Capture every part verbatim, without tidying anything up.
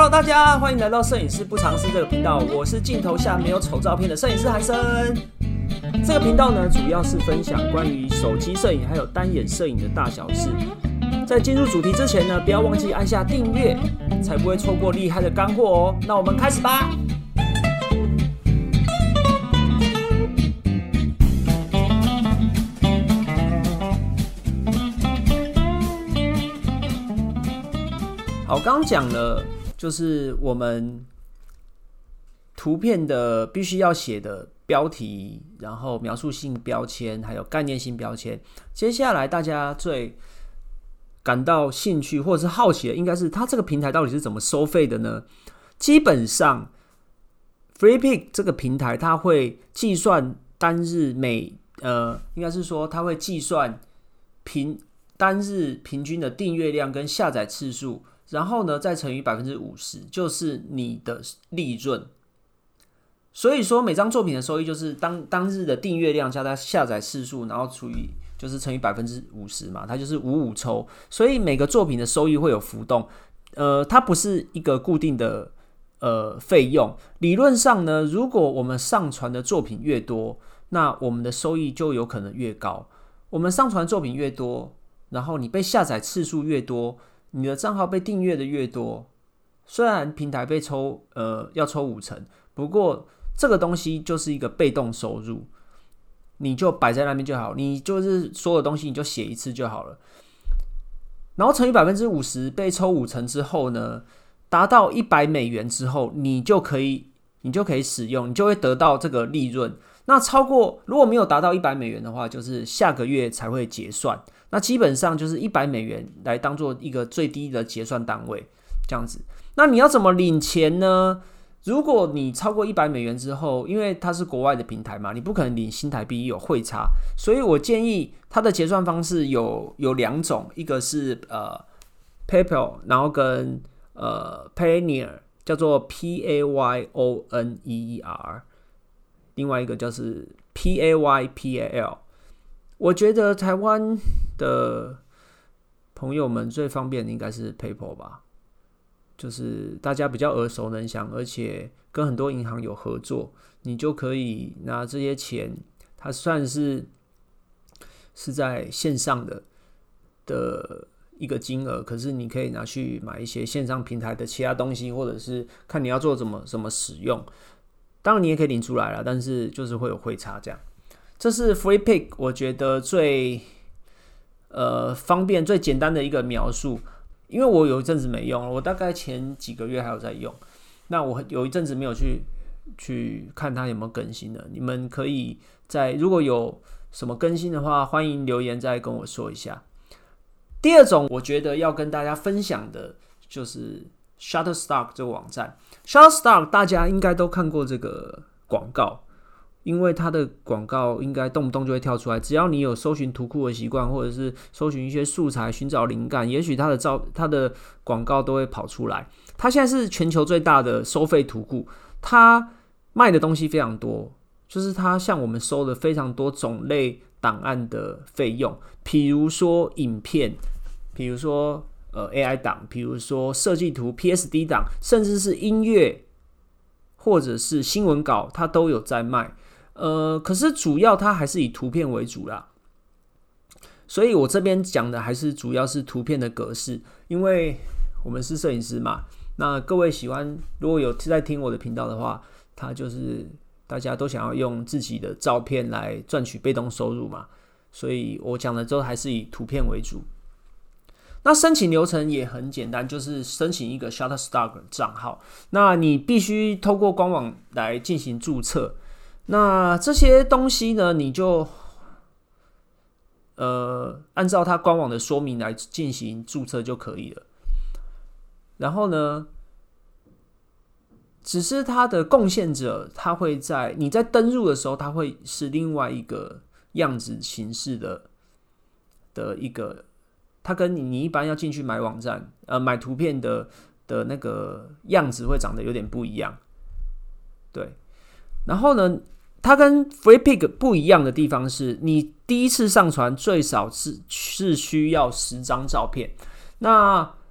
Hello， 大家欢迎来到摄影师不尝试这个频道，我是镜头下没有丑照片的摄影师韩生。这个频道呢，主要是分享关于手机摄影还有单眼摄影的大小事。在进入主题之前呢，不要忘记按下订阅，才不会错过厉害的干货哦。那我们开始吧。好，刚刚讲了，就是我们图片的必须要写的标题，然后描述性标签，还有概念性标签。接下来大家最感到兴趣或者是好奇的，应该是它这个平台到底是怎么收费的呢？基本上 FreePic 这个平台，它会计算单日每呃，应该是说它会计算平单日平均的订阅量跟下载次数。然后呢，再乘以 百分之五十， 就是你的利润。所以说，每张作品的收益就是当当日的订阅量加它下载次数，然后除以就是乘以 百分之五十 嘛，它就是五五抽。所以每个作品的收益会有浮动，呃，它不是一个固定的呃费用。理论上呢，如果我们上传的作品越多，那我们的收益就有可能越高。我们上传作品越多，然后你被下载次数越多，你的账号被订阅的越多，虽然平台被抽呃要抽五成，不过这个东西就是一个被动收入，你就摆在那边就好，你就是所有东西你就写一次就好了。然后乘以 百分之五十 被抽五成之后呢，达到一百美元之后，你就可以你就可以使用，你就会得到这个利润。那超过如果没有达到一百美元的话，就是下个月才会结算。那基本上就是一百美元来当做一个最低的结算单位，这样子。那你要怎么领钱呢？如果你超过一百美元之后，因为它是国外的平台嘛，你不可能领新台币，有汇差，所以我建议它的结算方式有有两种，一个是呃 PayPal， 然后跟呃 Payoneer， 叫做 P A Y O N E E R， 另外一个就是 P A Y P A L。我觉得台湾的朋友们最方便的应该是 PayPal 吧，就是大家比较耳熟能详，而且跟很多银行有合作，你就可以拿这些钱，它算是是在线上的的一个金额，可是你可以拿去买一些线上平台的其他东西，或者是看你要做怎么怎么使用。当然你也可以领出来啦，但是就是会有汇差这样。这是 FreePic 我觉得最呃方便最简单的一个描述，因为我有一阵子没用了，我大概前几个月还有在用，那我有一阵子没有去去看它有没有更新了。你们可以在如果有什么更新的话，欢迎留言再跟我说一下。第二种我觉得要跟大家分享的就是 Shutterstock 这个网站。 Shutterstock 大家应该都看过这个广告，因为它的广告应该动不动就会跳出来，只要你有搜寻图库的习惯，或者是搜寻一些素材寻找灵感，也许它的照它的广告都会跑出来。它现在是全球最大的收费图库，它卖的东西非常多，就是它向我们收了非常多种类档案的费用，比如说影片，比如说呃 A I 档，比如说设计图 P S D 档，甚至是音乐或者是新闻稿，它都有在卖。呃，可是主要它还是以图片为主啦，所以我这边讲的还是主要是图片的格式，因为我们是摄影师嘛。那各位喜欢，如果有在听我的频道的话，它就是大家都想要用自己的照片来赚取被动收入嘛，所以我讲的都还是以图片为主。那申请流程也很简单，就是申请一个 Shutterstock 账号，那你必须透过官网来进行注册。那这些东西呢，你就呃按照它官网的说明来进行注册就可以了。然后呢，只是它的贡献者，他会在你在登入的时候，它会是另外一个样子形式的的一个，它跟你你一般要进去买网站呃买图片的的那个样子会长得有点不一样，对。然后呢，它跟 FreePic 不一样的地方是，你第一次上传最少是是需要十张照片。那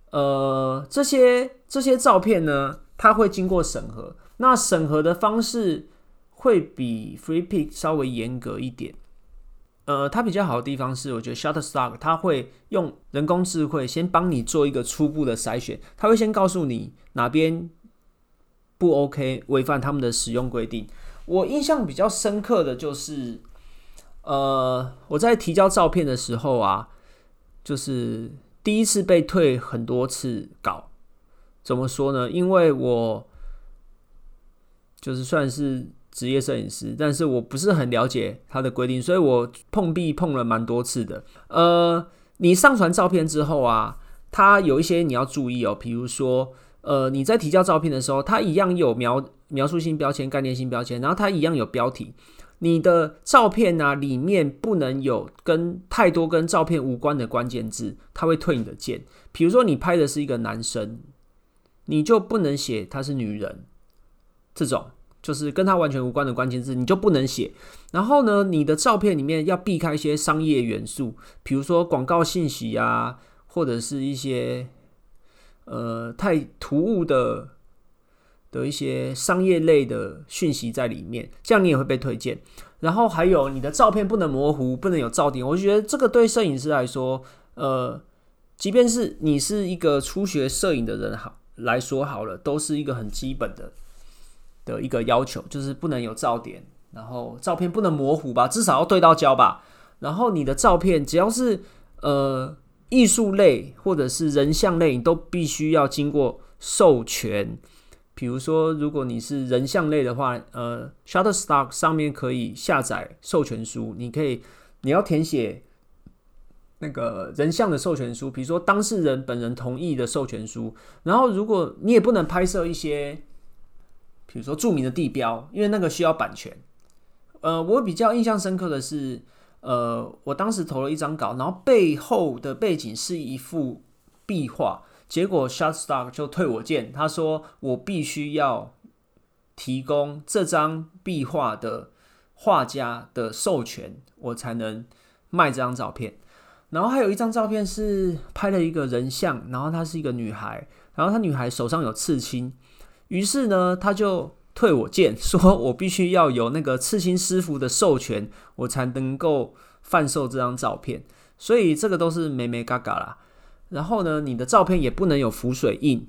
呃，这些这些照片呢，它会经过审核，那审核的方式会比 FreePic 稍微严格一点。呃，它比较好的地方是，我觉得 Shutterstock 它会用人工智慧先帮你做一个初步的筛选，它会先告诉你哪边不 OK， 违反他们的使用规定。我印象比较深刻的就是，呃，我在提交照片的时候啊，就是第一次被退很多次稿。怎么说呢？因为我就是算是职业摄影师，但是我不是很了解它的规定，所以我碰壁碰了蛮多次的。呃，你上传照片之后啊，它有一些你要注意哦，比如说，呃，你在提交照片的时候，它一样有描描述性标签、概念性标签，然后它一样有标题。你的照片啊里面不能有跟太多跟照片无关的关键字，它会退你的件。比如说你拍的是一个男生，你就不能写他是女人，这种。就是跟它完全无关的关键字，你就不能写。然后呢，你的照片里面要避开一些商业元素，比如说广告信息啊，或者是一些呃太突兀的的一些商业类的讯息在里面，这样你也会被推荐。然后还有你的照片不能模糊，不能有噪点。我觉得这个对摄影师来说，呃，即便是你是一个初学摄影的人好来说好了，都是一个很基本的。的一个要求就是不能有噪点，然后照片不能模糊吧，至少要对到焦吧。然后你的照片只要是呃艺术类或者是人像类，你都必须要经过授权。比如说，如果你是人像类的话，呃 ，Shutterstock 上面可以下载授权书，你可以你要填写那个人像的授权书，比如说当事人本人同意的授权书。然后，如果你也不能拍摄一些。比如说著名的地标，因为那个需要版权。呃，我比较印象深刻的是，呃，我当时投了一张稿，然后背后的背景是一幅壁画，结果 Shutterstock 就退我件，他说我必须要提供这张壁画的画家的授权，我才能卖这张照片。然后还有一张照片是拍了一个人像，然后她是一个女孩，然后她女孩手上有刺青。于是呢，他就退我件，说我必须要有那个刺青师傅的授权，我才能够贩售这张照片。所以这个都是眉眉嘎嘎啦。然后呢，你的照片也不能有浮水印，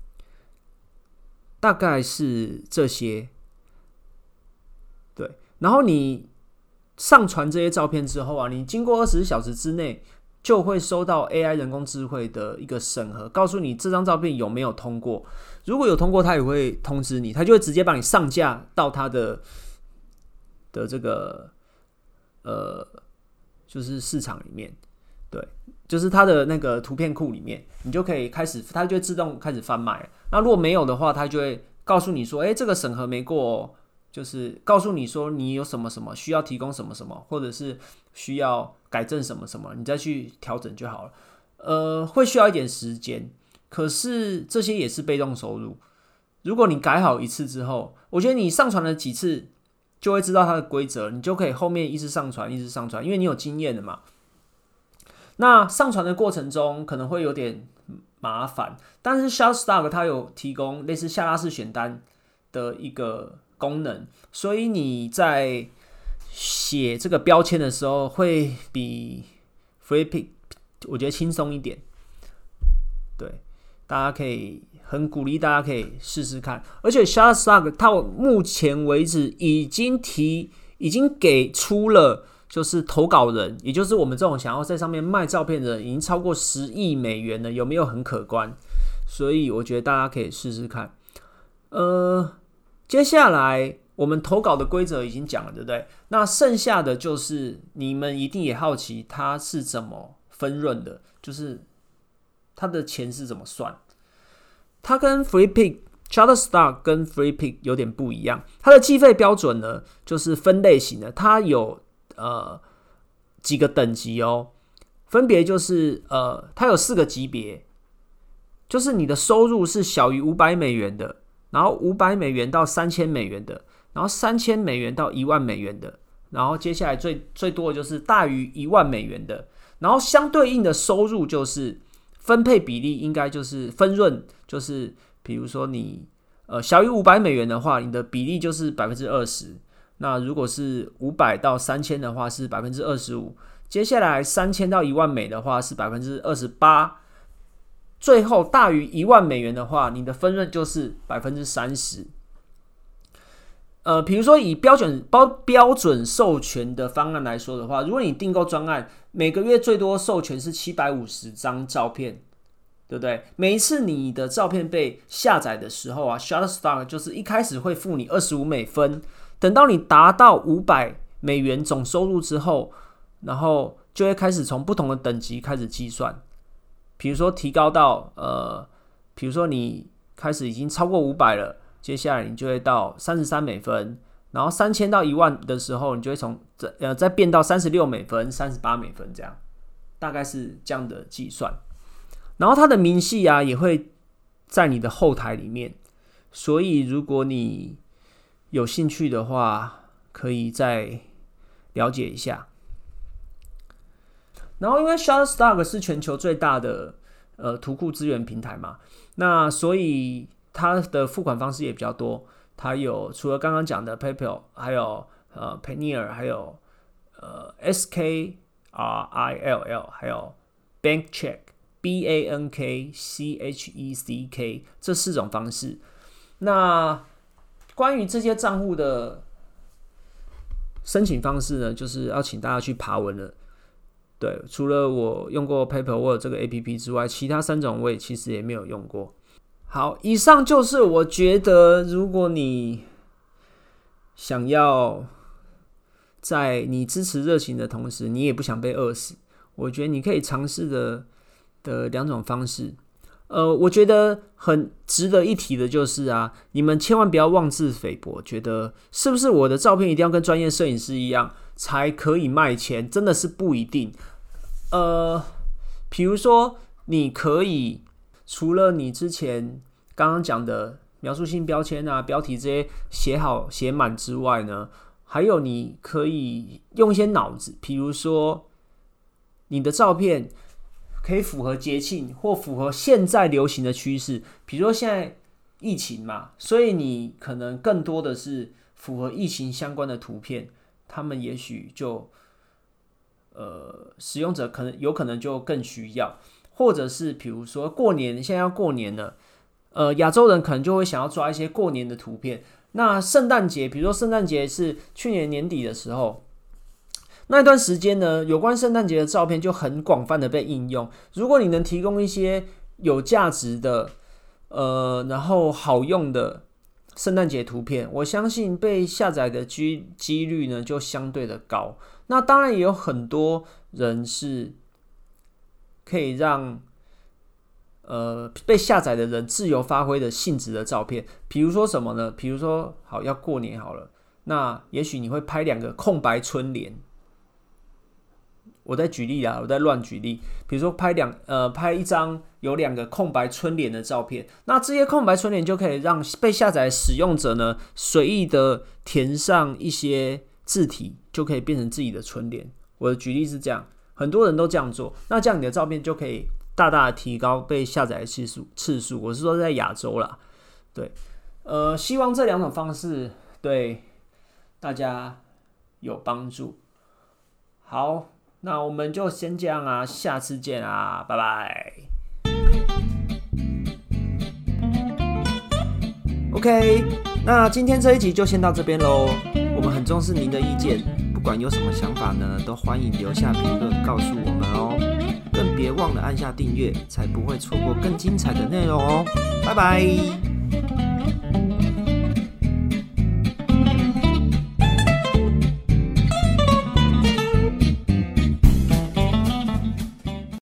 大概是这些。对，然后你上传这些照片之后啊，你经过二十四小时之内就会收到 A I 人工智慧的一个审核，告诉你这张照片有没有通过。如果有通过，他也会通知你，他就会直接把你上架到他的的这个呃，就是市场里面，对，就是他的那个图片库里面，你就可以开始，他就会自动开始贩卖。那如果没有的话，他就会告诉你说，哎，这个审核没过哦，就是告诉你说你有什么什么需要提供什么什么，或者是需要改正什么什么，你再去调整就好了。呃，会需要一点时间。可是这些也是被动收入。如果你改好一次之后，我觉得你上传了几次，就会知道它的规则，你就可以后面一直上传，一直上传，因为你有经验了嘛。那上传的过程中可能会有点麻烦，但是 Shutterstock 它有提供类似下拉式选单的一个功能，所以你在写这个标签的时候会比 FreePic 我觉得轻松一点。对。大家可以很鼓励，大家可以试试看。而且 Shutterstock 它目前为止已经提，已经给出了，就是投稿人，也就是我们这种想要在上面卖照片的人，已经超过十亿美元了，有没有很可观？所以我觉得大家可以试试看。呃，接下来我们投稿的规则已经讲了，对不对？那剩下的就是你们一定也好奇，它是怎么分润的，就是它的钱是怎么算。它跟 FreePic、Shutterstock 跟 FreePic 有点不一样。它的计费标准呢，就是分类型的，它有呃几个等级哦，分别就是呃，它有四个级别，就是你的收入是小于五百美元的，然后五百美元到三千美元的，然后三千美元到一万美元的，然后接下来最最多的就是大于一万美元的，然后相对应的收入就是分配比例应该就是分润，就是比如说你呃小于五百美元的话，你的比例就是百分之二十。那如果是五百到三千的话是百分之二十五，接下来三千到一万美的话是百分之二十八，最后大于一万美元的话，你的分润就是百分之三十。呃，比如说以标准标准授权的方案来说的话，如果你订购专案，每个月最多授权是七百五十张照片，对不对？每一次你的照片被下载的时候啊 ，Shutterstock 就是一开始会付你二十五美分，等到你达到五百美元总收入之后，然后就会开始从不同的等级开始计算。比如说提高到呃，比如说你开始已经超过五百了。接下来你就会到三十三美分，然后三千到一万的时候，你就会从呃再变到三十六美分、三十八美分这样，大概是这样的计算。然后它的明细啊也会在你的后台里面，所以如果你有兴趣的话，可以再了解一下。然后因为 Shutterstock 是全球最大的呃图库资源平台嘛，那所以它的付款方式也比较多，它有除了刚刚讲的 PayPal， 还有呃 Payoneer， 还有呃 S K R I L L， 还有 Bank Check B A N K C H E C K 这四种方式。那关于这些账户的申请方式呢，就是要请大家去爬文了。对，除了我用过 PayPal 我有这个 A P P 之外，其他三种我也其实也没有用过。好，以上就是我觉得，如果你想要在你支持热情的同时，你也不想被饿死，我觉得你可以尝试的的两种方式。呃，我觉得很值得一提的就是啊，你们千万不要妄自菲薄，觉得是不是我的照片一定要跟专业摄影师一样才可以卖钱？真的是不一定。呃，比如说你可以。除了你之前刚刚讲的描述性标签啊、标题这些写好写满之外呢，还有你可以用一些脑子，比如说你的照片可以符合节庆或符合现在流行的趋势，比如说现在疫情嘛，所以你可能更多的是符合疫情相关的图片，他们也许就呃使用者可能有可能就更需要。或者是比如说过年，现在要过年了，呃，亚洲人可能就会想要抓一些过年的图片。那圣诞节，比如说圣诞节是去年年底的时候，那一段时间呢，有关圣诞节的照片就很广泛的被应用。如果你能提供一些有价值的，呃，然后好用的圣诞节图片，我相信被下载的几几率呢就相对的高。那当然也有很多人是。可以让呃被下载的人自由发挥的性质的照片，比如说什么呢？比如说好要过年好了，那也许你会拍两个空白春联。我在举例啦，我在乱举例。比如说拍两呃拍一张有两个空白春联的照片，那这些空白春联就可以让被下载的使用者呢随意的填上一些字体，就可以变成自己的春联。我的举例是这样。很多人都这样做，那这样你的照片就可以大大的提高被下载的次数。次数，我是说在亚洲啦，对，呃，希望这两种方式对大家有帮助。好，那我们就先这样啊，下次见啊，拜拜。OK， 那今天这一集就先到这边喽。我们很重视您的意见。不管有什么想法呢，都欢迎留下评论告诉我们哦。更别忘了按下订阅，才不会错过更精彩的内容哦。拜拜。